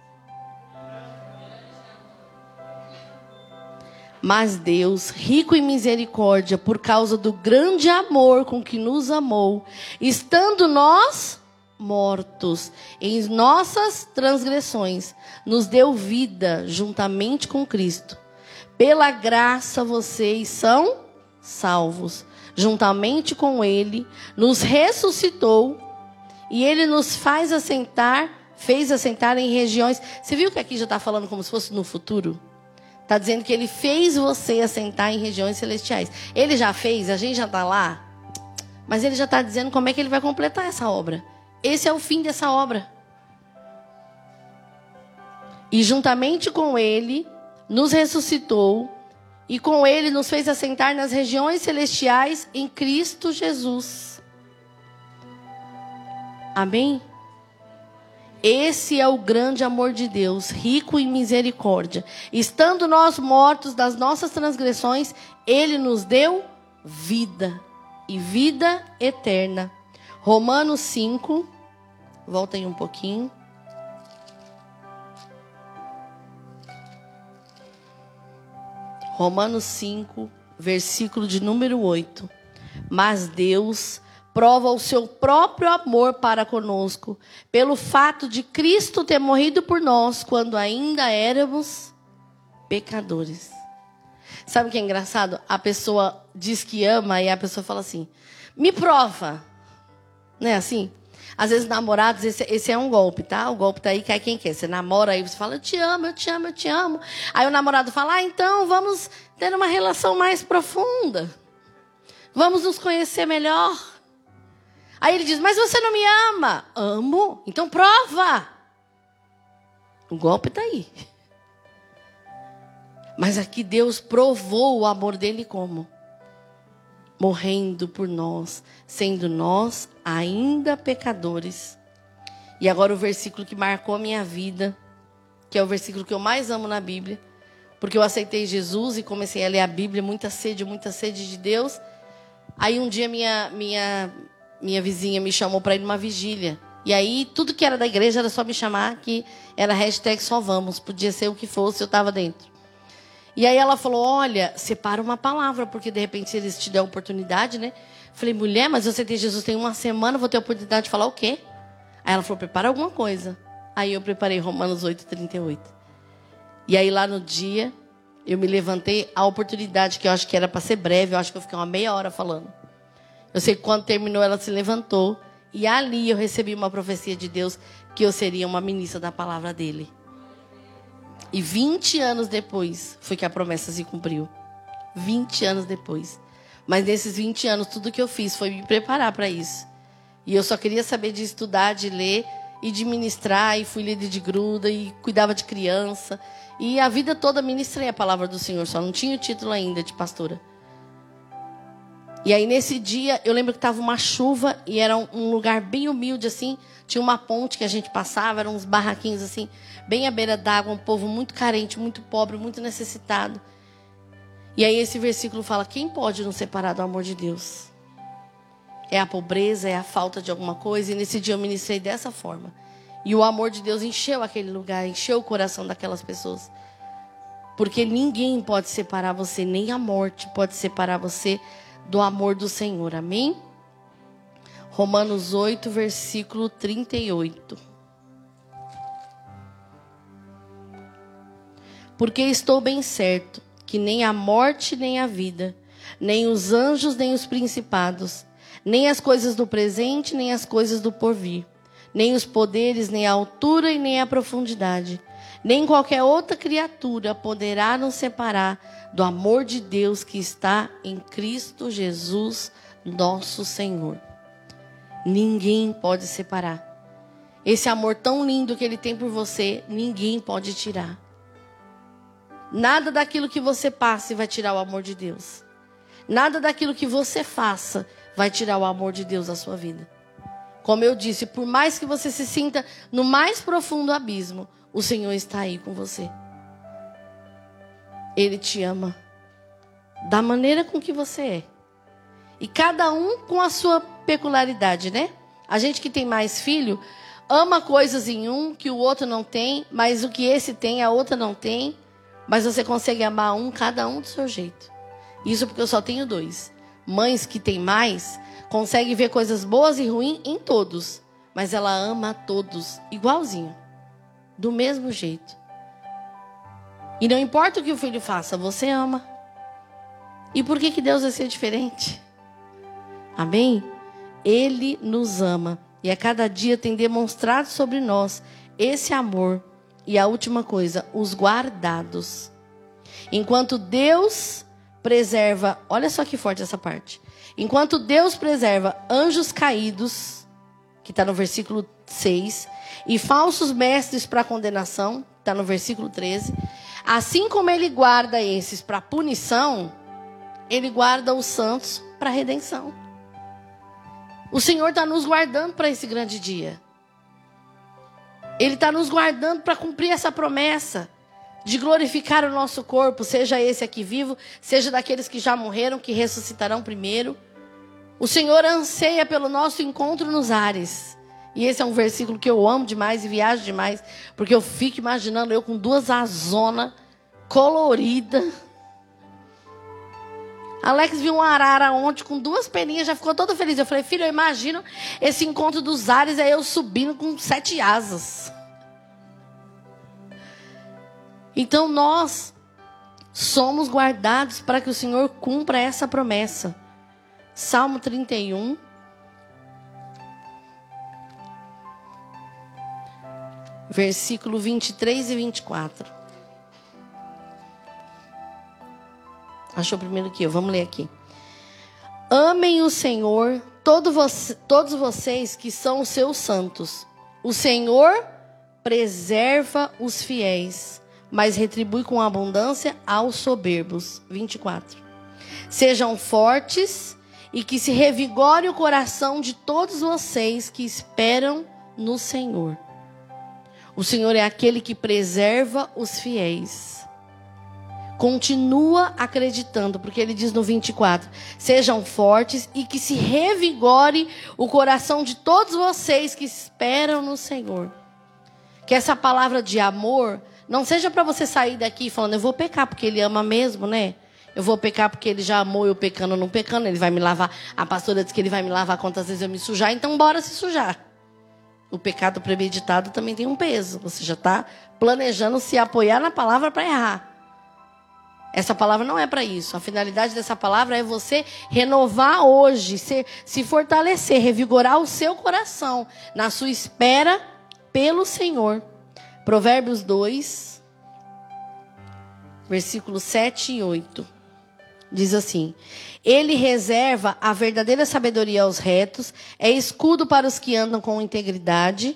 Mas Deus, rico em misericórdia, por causa do grande amor com que nos amou, estando nós mortos em nossas transgressões, nos deu vida juntamente com Cristo. Pela graça vocês são salvos. Juntamente com Ele, nos ressuscitou e Ele nos fez assentar em regiões... Você viu que aqui já está falando como se fosse no futuro? Está dizendo que Ele fez você assentar em regiões celestiais. Ele já fez, a gente já está lá. Mas Ele já está dizendo como é que Ele vai completar essa obra. Esse é o fim dessa obra. E juntamente com Ele, nos ressuscitou. E com Ele nos fez assentar nas regiões celestiais em Cristo Jesus. Amém? Esse é o grande amor de Deus, rico em misericórdia. Estando nós mortos das nossas transgressões, Ele nos deu vida e vida eterna. Romanos 5, volta aí um pouquinho. Romanos 5, versículo de número 8. Mas Deus prova o seu próprio amor para conosco, pelo fato de Cristo ter morrido por nós, quando ainda éramos pecadores. Sabe o que é engraçado? A pessoa diz que ama e a pessoa fala assim, me prova. Não é assim? Às vezes, namorados, esse é um golpe, tá? O golpe tá aí, cai quem quer. Você namora aí, você fala, eu te amo, eu te amo, eu te amo. Aí o namorado fala, então vamos ter uma relação mais profunda. Vamos nos conhecer melhor. Aí ele diz, mas você não me ama. Amo, então prova. O golpe tá aí. Mas aqui Deus provou o amor dele como? Morrendo por nós, sendo nós ainda pecadores. E agora o versículo que marcou a minha vida, que é o versículo que eu mais amo na Bíblia, porque eu aceitei Jesus e comecei a ler a Bíblia, muita sede de Deus. Aí um dia minha vizinha me chamou para ir numa vigília. E aí tudo que era da igreja era só me chamar, que era #SóVamos, podia ser o que fosse, eu estava dentro. E aí ela falou, olha, separa uma palavra, porque de repente se eles te der a oportunidade, né? Falei, mulher, mas eu aceitei Jesus tem uma semana, vou ter a oportunidade de falar o quê? Aí ela falou, prepara alguma coisa. Aí eu preparei Romanos 8:38. E aí lá no dia, eu me levantei, a oportunidade que eu acho que era para ser breve, eu acho que eu fiquei uma meia hora falando. Eu sei que quando terminou, ela se levantou, e ali eu recebi uma profecia de Deus, que eu seria uma ministra da palavra dele. E 20 anos depois, foi que a promessa se cumpriu. 20 anos depois. Mas nesses 20 anos, tudo que eu fiz foi me preparar para isso. E eu só queria saber de estudar, de ler e de ministrar. E fui líder de gruda e cuidava de criança. E a vida toda ministrei a palavra do Senhor. Só não tinha o título ainda de pastora. E aí nesse dia, eu lembro que estava uma chuva. E era um lugar bem humilde assim. Tinha uma ponte que a gente passava. Eram uns barraquinhos assim, bem à beira d'água. Um povo muito carente, muito pobre, muito necessitado. E aí esse versículo fala, quem pode nos separar do amor de Deus? É a pobreza, é a falta de alguma coisa. E nesse dia eu ministrei dessa forma. E o amor de Deus encheu aquele lugar, encheu o coração daquelas pessoas. Porque ninguém pode separar você, nem a morte pode separar você do amor do Senhor. Amém? Romanos 8, versículo 38. Porque estou bem certo que nem a morte, nem a vida, nem os anjos, nem os principados, nem as coisas do presente, nem as coisas do porvir, nem os poderes, nem a altura e nem a profundidade, nem qualquer outra criatura poderá nos separar do amor de Deus que está em Cristo Jesus, nosso Senhor. Ninguém pode separar. Esse amor tão lindo que Ele tem por você, ninguém pode tirar. Nada daquilo que você passe vai tirar o amor de Deus. Nada daquilo que você faça vai tirar o amor de Deus da sua vida. Como eu disse, por mais que você se sinta no mais profundo abismo, o Senhor está aí com você. Ele te ama da maneira com que você é. E cada um com a sua peculiaridade, né? A gente que tem mais filho, ama coisas em um que o outro não tem, mas o que esse tem, a outra não tem. Mas você consegue amar cada um do seu jeito. Isso porque eu só tenho 2. Mães que têm mais, conseguem ver coisas boas e ruins em todos. Mas ela ama a todos igualzinho. Do mesmo jeito. E não importa o que o filho faça, você ama. E por que Deus vai ser diferente? Amém? Ele nos ama. E a cada dia tem demonstrado sobre nós esse amor. E a última coisa, os guardados. Enquanto Deus preserva, olha só que forte essa parte. Enquanto Deus preserva anjos caídos, que está no versículo 6, e falsos mestres para condenação, está no versículo 13. Assim como Ele guarda esses para punição, Ele guarda os santos para redenção. O Senhor está nos guardando para esse grande dia. Ele está nos guardando para cumprir essa promessa de glorificar o nosso corpo, seja esse aqui vivo, seja daqueles que já morreram, que ressuscitarão primeiro. O Senhor anseia pelo nosso encontro nos ares. E esse é um versículo que eu amo demais e viajo demais, porque eu fico imaginando eu com 2 azonas coloridas. Alex viu uma arara ontem com 2 peninhas, já ficou todo feliz. Eu falei, filho, eu imagino esse encontro dos ares, é eu subindo com 7 asas. Então nós somos guardados para que o Senhor cumpra essa promessa. Salmo 31. Versículo 23 e 24. Achou primeiro que eu. Vamos ler aqui. Amem o Senhor, todos vocês que são os seus santos. O Senhor preserva os fiéis, mas retribui com abundância aos soberbos. 24. Sejam fortes e que se revigore o coração de todos vocês que esperam no Senhor. O Senhor é aquele que preserva os fiéis. Continua acreditando, porque Ele diz no 24, sejam fortes e que se revigore o coração de todos vocês que esperam no Senhor. Que essa palavra de amor não seja para você sair daqui falando, eu vou pecar porque Ele ama mesmo, né? Eu vou pecar porque Ele já amou eu pecando ou não pecando, Ele vai me lavar. A pastora diz que Ele vai me lavar quantas vezes eu me sujar, então bora se sujar. O pecado premeditado também tem um peso. Você já está planejando se apoiar na palavra para errar. Essa palavra não é para isso. A finalidade dessa palavra é você renovar hoje, se fortalecer, revigorar o seu coração na sua espera pelo Senhor. Provérbios 2, versículos 7 e 8. Diz assim: Ele reserva a verdadeira sabedoria aos retos, é escudo para os que andam com integridade,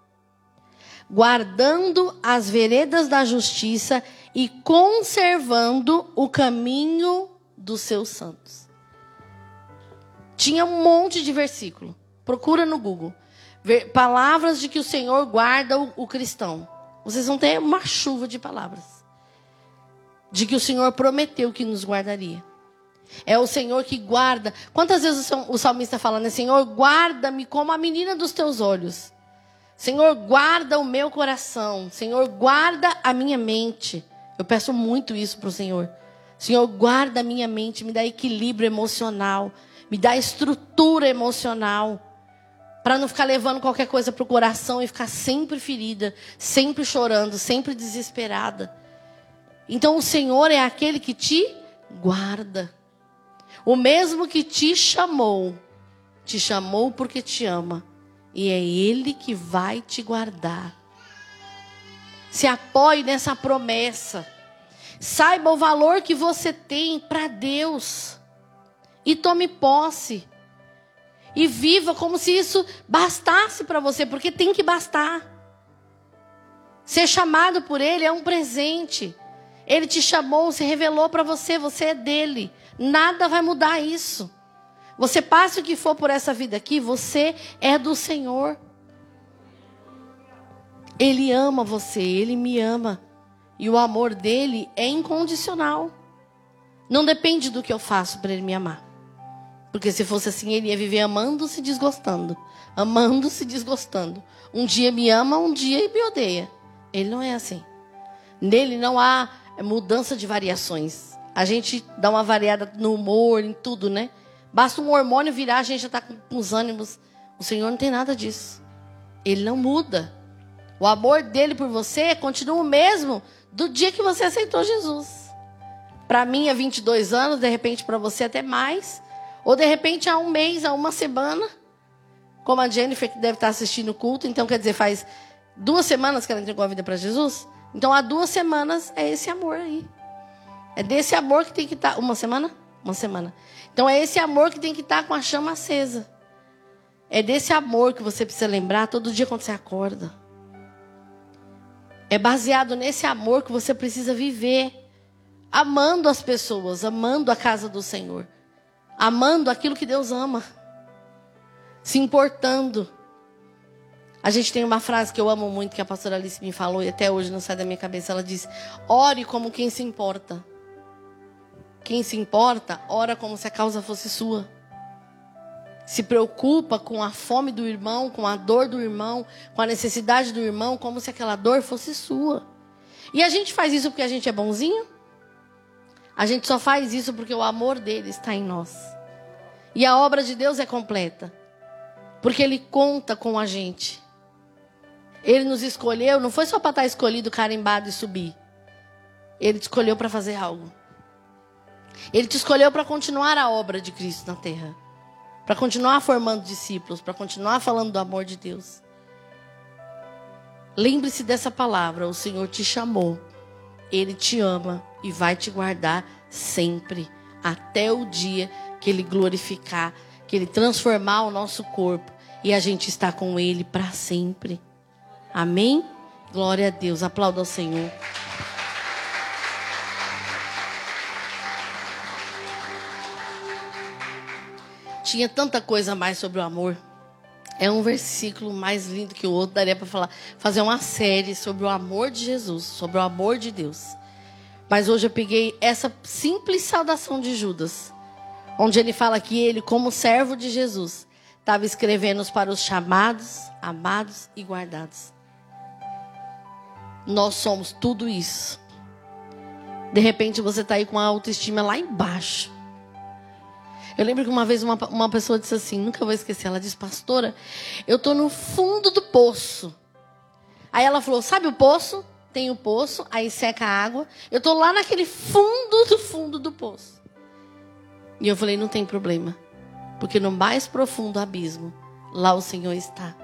guardando as veredas da justiça e conservando o caminho dos seus santos. Tinha um monte de versículo. Procura no Google. Palavras de que o Senhor guarda o cristão. Vocês vão ter uma chuva de palavras. De que o Senhor prometeu que nos guardaria. É o Senhor que guarda. Quantas vezes o salmista fala, né? Senhor, guarda-me como a menina dos teus olhos. Senhor, guarda o meu coração. Senhor, guarda a minha mente. Eu peço muito isso para o Senhor. Senhor, guarda a minha mente, me dá equilíbrio emocional, me dá estrutura emocional, para não ficar levando qualquer coisa para o coração e ficar sempre ferida, sempre chorando, sempre desesperada. Então o Senhor é aquele que te guarda. O mesmo que te chamou porque te ama. E é Ele que vai te guardar. Se apoie nessa promessa. Saiba o valor que você tem para Deus. E tome posse. E viva como se isso bastasse para você, porque tem que bastar. Ser chamado por Ele é um presente. Ele te chamou, se revelou para você, você é dele. Nada vai mudar isso. Você passe o que for por essa vida aqui, você é do Senhor. Ele ama você, Ele me ama. E o amor dele é incondicional. Não depende do que eu faço para Ele me amar. Porque se fosse assim, Ele ia viver amando-se e desgostando. Amando-se e desgostando. Um dia me ama, um dia me odeia. Ele não é assim. Nele não há mudança de variações. A gente dá uma variada no humor, em tudo, né? Basta um hormônio virar, a gente já está com os ânimos. O Senhor não tem nada disso. Ele não muda. O amor dele por você continua o mesmo do dia que você aceitou Jesus. Para mim é 22 anos, de repente para você até mais. Ou de repente há um mês, há uma semana. Como a Jennifer, que deve estar assistindo o culto. Então quer dizer, faz 2 semanas que ela entregou a vida para Jesus. Então há 2 semanas é esse amor aí. É desse amor que tem que estar... Uma semana? Uma semana. Então é esse amor que tem que estar com a chama acesa. É desse amor que você precisa lembrar todo dia quando você acorda. É baseado nesse amor que você precisa viver. Amando as pessoas, amando a casa do Senhor. Amando aquilo que Deus ama. Se importando. A gente tem uma frase que eu amo muito, que a pastora Alice me falou, e até hoje não sai da minha cabeça. Ela diz: ore como quem se importa. Quem se importa, ora como se a causa fosse sua. Se preocupa com a fome do irmão, com a dor do irmão, com a necessidade do irmão, como se aquela dor fosse sua. E a gente faz isso porque a gente é bonzinho? A gente só faz isso porque o amor dele está em nós. E a obra de Deus é completa. Porque Ele conta com a gente. Ele nos escolheu, não foi só para estar escolhido, carimbado e subir. Ele te escolheu para fazer algo. Ele te escolheu para continuar a obra de Cristo na terra. Para continuar formando discípulos, para continuar falando do amor de Deus. Lembre-se dessa palavra, o Senhor te chamou. Ele te ama e vai te guardar sempre. Até o dia que Ele glorificar, que Ele transformar o nosso corpo. E a gente está com Ele para sempre. Amém? Glória a Deus. Aplauda ao Senhor. Tinha tanta coisa a mais sobre o amor. É um versículo mais lindo que o outro. Daria para fazer uma série sobre o amor de Jesus, sobre o amor de Deus. Mas hoje eu peguei essa simples saudação de Judas, onde ele fala que ele, como servo de Jesus, estava escrevendo para os chamados, amados e guardados. Nós somos tudo isso. De repente você está aí com a autoestima lá embaixo. Eu lembro que uma vez uma pessoa disse assim, nunca vou esquecer, ela disse: pastora, eu estou no fundo do poço. Aí ela falou: sabe o poço? Tem o poço, aí seca a água. Eu estou lá naquele fundo do poço. E eu falei: não tem problema. Porque no mais profundo abismo, lá o Senhor está.